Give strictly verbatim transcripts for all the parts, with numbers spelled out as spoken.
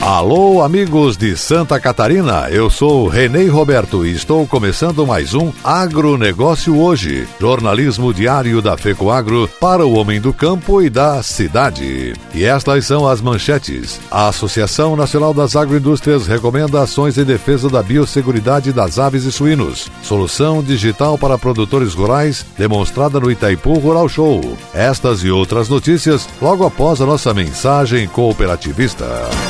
Alô, amigos de Santa Catarina, eu sou Renê Roberto e estou começando mais um Agronegócio Hoje, jornalismo diário da FECOAGRO para o homem do campo e da cidade. E estas são as manchetes. A Associação Nacional das Agroindústrias recomenda ações em defesa da biosseguridade das aves e suínos. Solução digital para produtores rurais demonstrada no Itaipu Rural Show. Estas e outras notícias logo após a nossa mensagem cooperativista.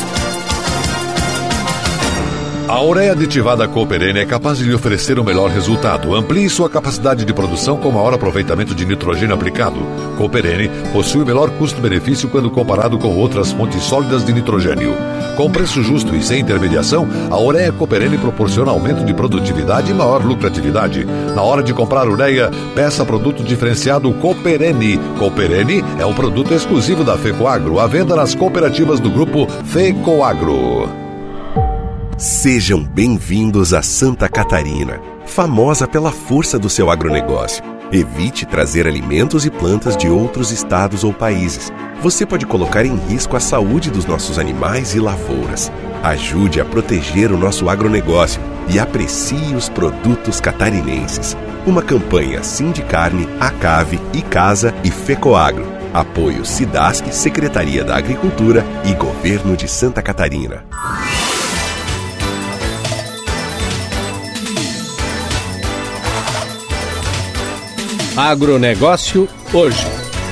A ureia aditivada Cooper N é capaz de lhe oferecer o melhor resultado. Amplie sua capacidade de produção com maior aproveitamento de nitrogênio aplicado. Cooper N possui o melhor custo-benefício quando comparado com outras fontes sólidas de nitrogênio. Com preço justo e sem intermediação, a ureia Cooper N proporciona aumento de produtividade e maior lucratividade. Na hora de comprar ureia, peça produto diferenciado Cooper N. Cooper N é um produto exclusivo da FECOAGRO, à venda nas cooperativas do grupo FECOAGRO. Sejam bem-vindos a Santa Catarina, famosa pela força do seu agronegócio. Evite trazer alimentos e plantas de outros estados ou países. Você pode colocar em risco a saúde dos nossos animais e lavouras. Ajude a proteger o nosso agronegócio e aprecie os produtos catarinenses. Uma campanha Sindicarne, Acave, Icasa e FECOAGRO. Apoio SIDASC, Secretaria da Agricultura e Governo de Santa Catarina. Agronegócio Hoje.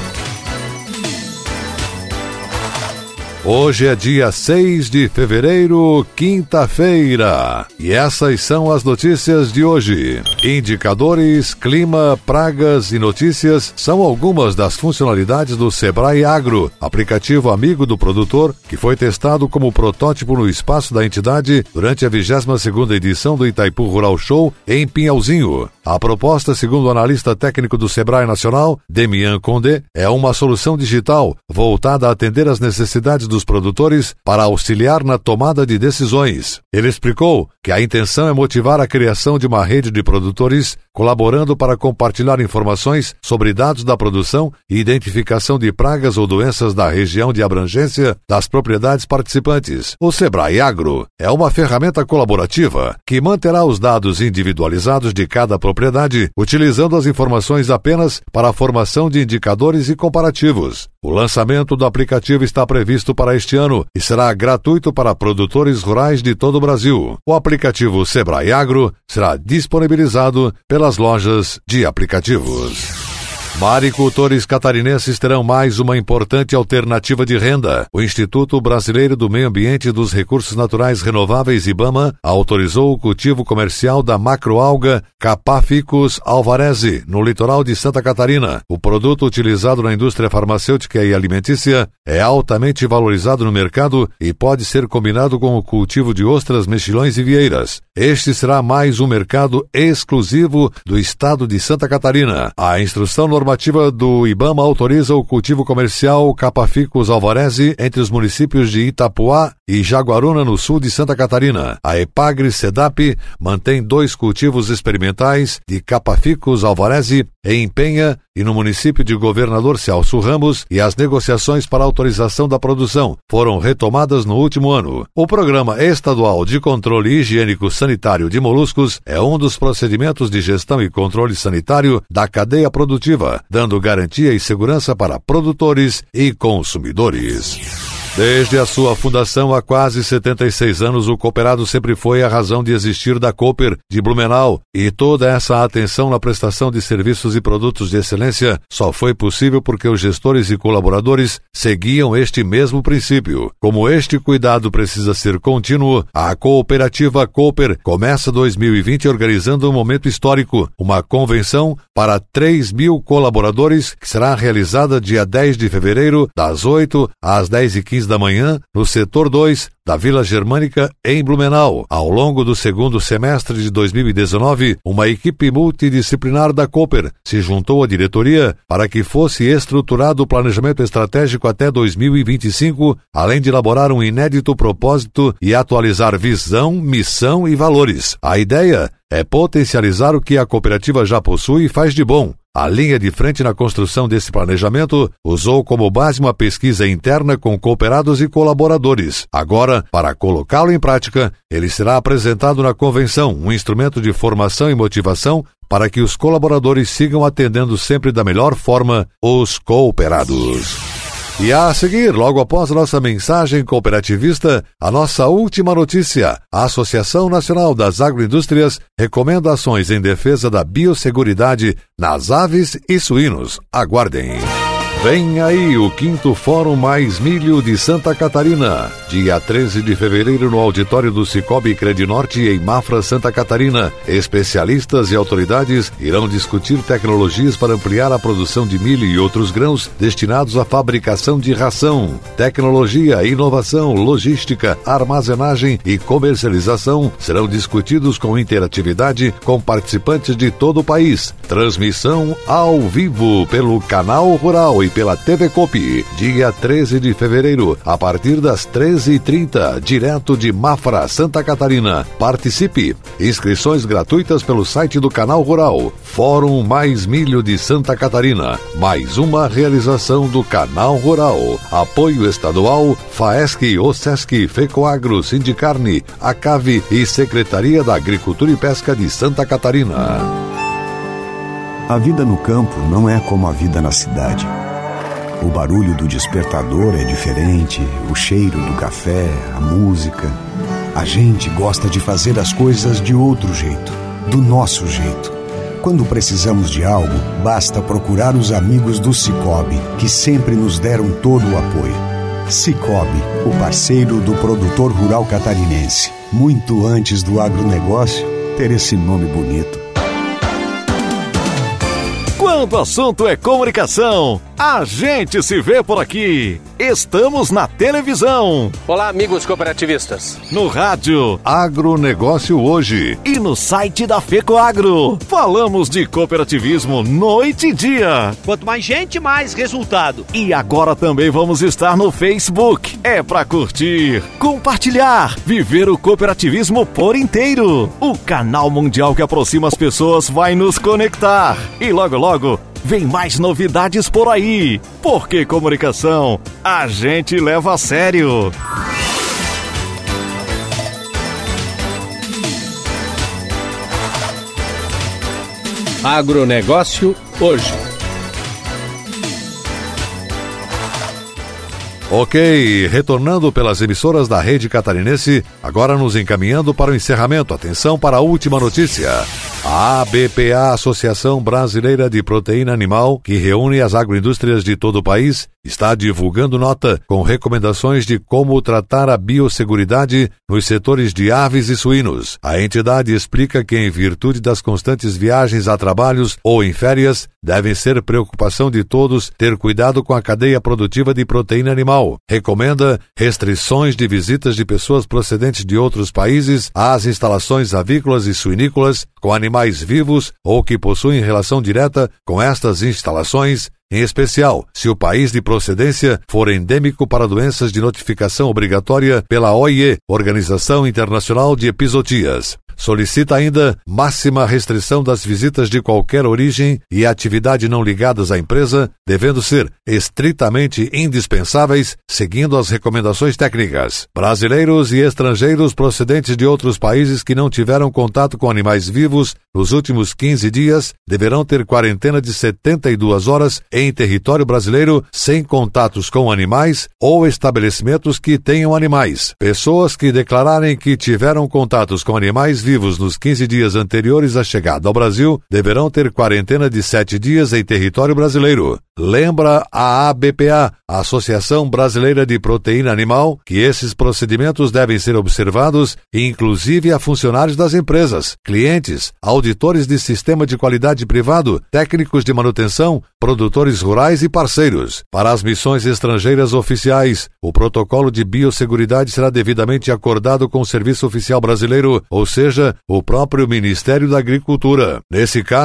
Hoje é dia seis de fevereiro, quinta-feira. E essas são as notícias de hoje. Indicadores, clima, pragas e notícias são algumas das funcionalidades do Sebrae Agro, aplicativo amigo do produtor, que foi testado como protótipo no espaço da entidade durante a vigésima segunda edição do Itaipu Rural Show em Pinhalzinho. A proposta, segundo o analista técnico do Sebrae Nacional, Demian Condé, é uma solução digital voltada a atender às necessidades dos produtores para auxiliar na tomada de decisões. Ele explicou que a intenção é motivar a criação de uma rede de produtores colaborando para compartilhar informações sobre dados da produção e identificação de pragas ou doenças da região de abrangência das propriedades participantes. O Sebrae Agro é uma ferramenta colaborativa que manterá os dados individualizados de cada propriedade, utilizando as informações apenas para a formação de indicadores e comparativos. O lançamento do aplicativo está previsto para este ano e será gratuito para produtores rurais de todo o Brasil. O aplicativo Sebrae Agro será disponibilizado pelas lojas de aplicativos. Maricultores catarinenses terão mais uma importante alternativa de renda. O Instituto Brasileiro do Meio Ambiente e dos Recursos Naturais Renováveis, IBAMA, autorizou o cultivo comercial da macroalga Capaficus alvarezi, no litoral de Santa Catarina. O produto utilizado na indústria farmacêutica e alimentícia é altamente valorizado no mercado e pode ser combinado com o cultivo de ostras, mexilhões e vieiras. Este será mais um mercado exclusivo do estado de Santa Catarina. A instrução normal A normativa do IBAMA autoriza o cultivo comercial Capaficus alvarezi entre os municípios de Itapuá e Jaguaruna, no sul de Santa Catarina. A Epagri-Sedap mantém dois cultivos experimentais de Capaficus alvarezi em Penha e no município de Governador Celso Ramos, e as negociações para autorização da produção foram retomadas no último ano. O Programa Estadual de Controle Higiênico Sanitário de Moluscos é um dos procedimentos de gestão e controle sanitário da cadeia produtiva, dando garantia e segurança para produtores e consumidores. Desde a sua fundação há quase setenta e seis anos, o cooperado sempre foi a razão de existir da Cooper de Blumenau, e toda essa atenção na prestação de serviços e produtos de excelência só foi possível porque os gestores e colaboradores seguiam este mesmo princípio. Como este cuidado precisa ser contínuo, a cooperativa Cooper começa dois mil e vinte organizando um momento histórico, uma convenção para três mil colaboradores, que será realizada dia dez de fevereiro, das oito às dez e quinze da manhã, no setor dois da Vila Germânica, em Blumenau. Ao longo do segundo semestre de dois mil e dezenove, uma equipe multidisciplinar da Cooper se juntou à diretoria para que fosse estruturado o planejamento estratégico até dois mil e vinte e cinco, além de elaborar um inédito propósito e atualizar visão, missão e valores. A ideia é potencializar o que a cooperativa já possui e faz de bom. A linha de frente na construção desse planejamento usou como base uma pesquisa interna com cooperados e colaboradores. Agora, para colocá-lo em prática, ele será apresentado na convenção, um instrumento de formação e motivação para que os colaboradores sigam atendendo sempre da melhor forma os cooperados. E a seguir, logo após a nossa mensagem cooperativista, a nossa última notícia. A Associação Nacional das Agroindústrias recomenda ações em defesa da biosseguridade nas aves e suínos. Aguardem. Vem aí o quinto Fórum Mais Milho de Santa Catarina, dia treze de fevereiro no auditório do Cicobi Credinorte em Mafra, Santa Catarina. Especialistas e autoridades irão discutir tecnologias para ampliar a produção de milho e outros grãos destinados à fabricação de ração. Tecnologia, inovação, logística, armazenagem e comercialização serão discutidos com interatividade com participantes de todo o país. Transmissão ao vivo pelo Canal Rural e pela T V Copi, dia treze de fevereiro, a partir das treze e trinta, direto de Mafra, Santa Catarina. Participe! Inscrições gratuitas pelo site do Canal Rural. Fórum Mais Milho de Santa Catarina. Mais uma realização do Canal Rural. Apoio estadual, FAESC, OSESC, FECOAGRO, Sindicarne, ACAVE e Secretaria da Agricultura e Pesca de Santa Catarina. A vida no campo não é como a vida na cidade. O barulho do despertador é diferente, o cheiro do café, a música. A gente gosta de fazer as coisas de outro jeito, do nosso jeito. Quando precisamos de algo, basta procurar os amigos do Cicobi, que sempre nos deram todo o apoio. Cicobi, o parceiro do produtor rural catarinense. Muito antes do agronegócio ter esse nome bonito. Quando o assunto é comunicação, a gente se vê por aqui. Estamos na televisão. Olá, amigos cooperativistas. No rádio Agronegócio Hoje. E no site da FECOAGRO. Falamos de cooperativismo noite e dia. Quanto mais gente, mais resultado. E agora também vamos estar no Facebook. É pra curtir, compartilhar, viver o cooperativismo por inteiro. O canal mundial que aproxima as pessoas vai nos conectar. E logo, logo, vem mais novidades por aí, porque comunicação a gente leva a sério. Agronegócio Hoje. Ok, retornando pelas emissoras da rede catarinense, agora nos encaminhando para o encerramento. Atenção para a última notícia. A A B P A, Associação Brasileira de Proteína Animal, que reúne as agroindústrias de todo o país, está divulgando nota com recomendações de como tratar a biosseguridade nos setores de aves e suínos. A entidade explica que, em virtude das constantes viagens a trabalhos ou em férias, devem ser preocupação de todos ter cuidado com a cadeia produtiva de proteína animal. Recomenda restrições de visitas de pessoas procedentes de outros países às instalações avícolas e suinícolas com animais vivos ou que possuem relação direta com estas instalações, em especial se o país de procedência for endêmico para doenças de notificação obrigatória pela O I E, Organização Internacional de Epizootias. Solicita ainda máxima restrição das visitas de qualquer origem e atividade não ligadas à empresa, devendo ser estritamente indispensáveis, seguindo as recomendações técnicas. Brasileiros e estrangeiros procedentes de outros países que não tiveram contato com animais vivos nos últimos quinze dias deverão ter quarentena de setenta e duas horas em território brasileiro sem contatos com animais ou estabelecimentos que tenham animais. Pessoas que declararem que tiveram contatos com animais vivos nos quinze dias anteriores à chegada ao Brasil deverão ter quarentena de sete dias em território brasileiro. Lembra a A B P A, a Associação Brasileira de Proteína Animal, que esses procedimentos devem ser observados, inclusive a funcionários das empresas, clientes, auditores de sistema de qualidade privado, técnicos de manutenção, produtores rurais e parceiros. Para as missões estrangeiras oficiais, o protocolo de biosseguridade será devidamente acordado com o Serviço Oficial Brasileiro, ou seja, o próprio Ministério da Agricultura. Nesse caso,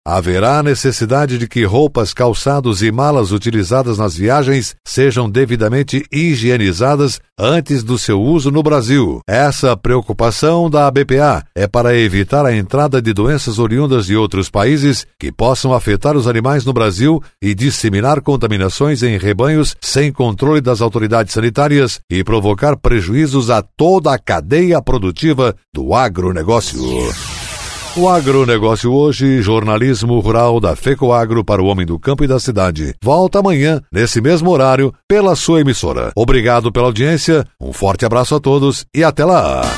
haverá necessidade de que roupas, calçados e malas utilizadas nas viagens sejam devidamente higienizadas antes do seu uso no Brasil. Essa preocupação da A B P A é para evitar a entrada de doenças oriundas de outros países que possam afetar os animais no Brasil e disseminar contaminações em rebanhos sem controle das autoridades sanitárias e provocar prejuízos a toda a cadeia produtiva do agronegócio. O Agronegócio Hoje, jornalismo rural da FECOAGRO para o homem do campo e da cidade. Volta amanhã, nesse mesmo horário, pela sua emissora. Obrigado pela audiência, um forte abraço a todos e até lá!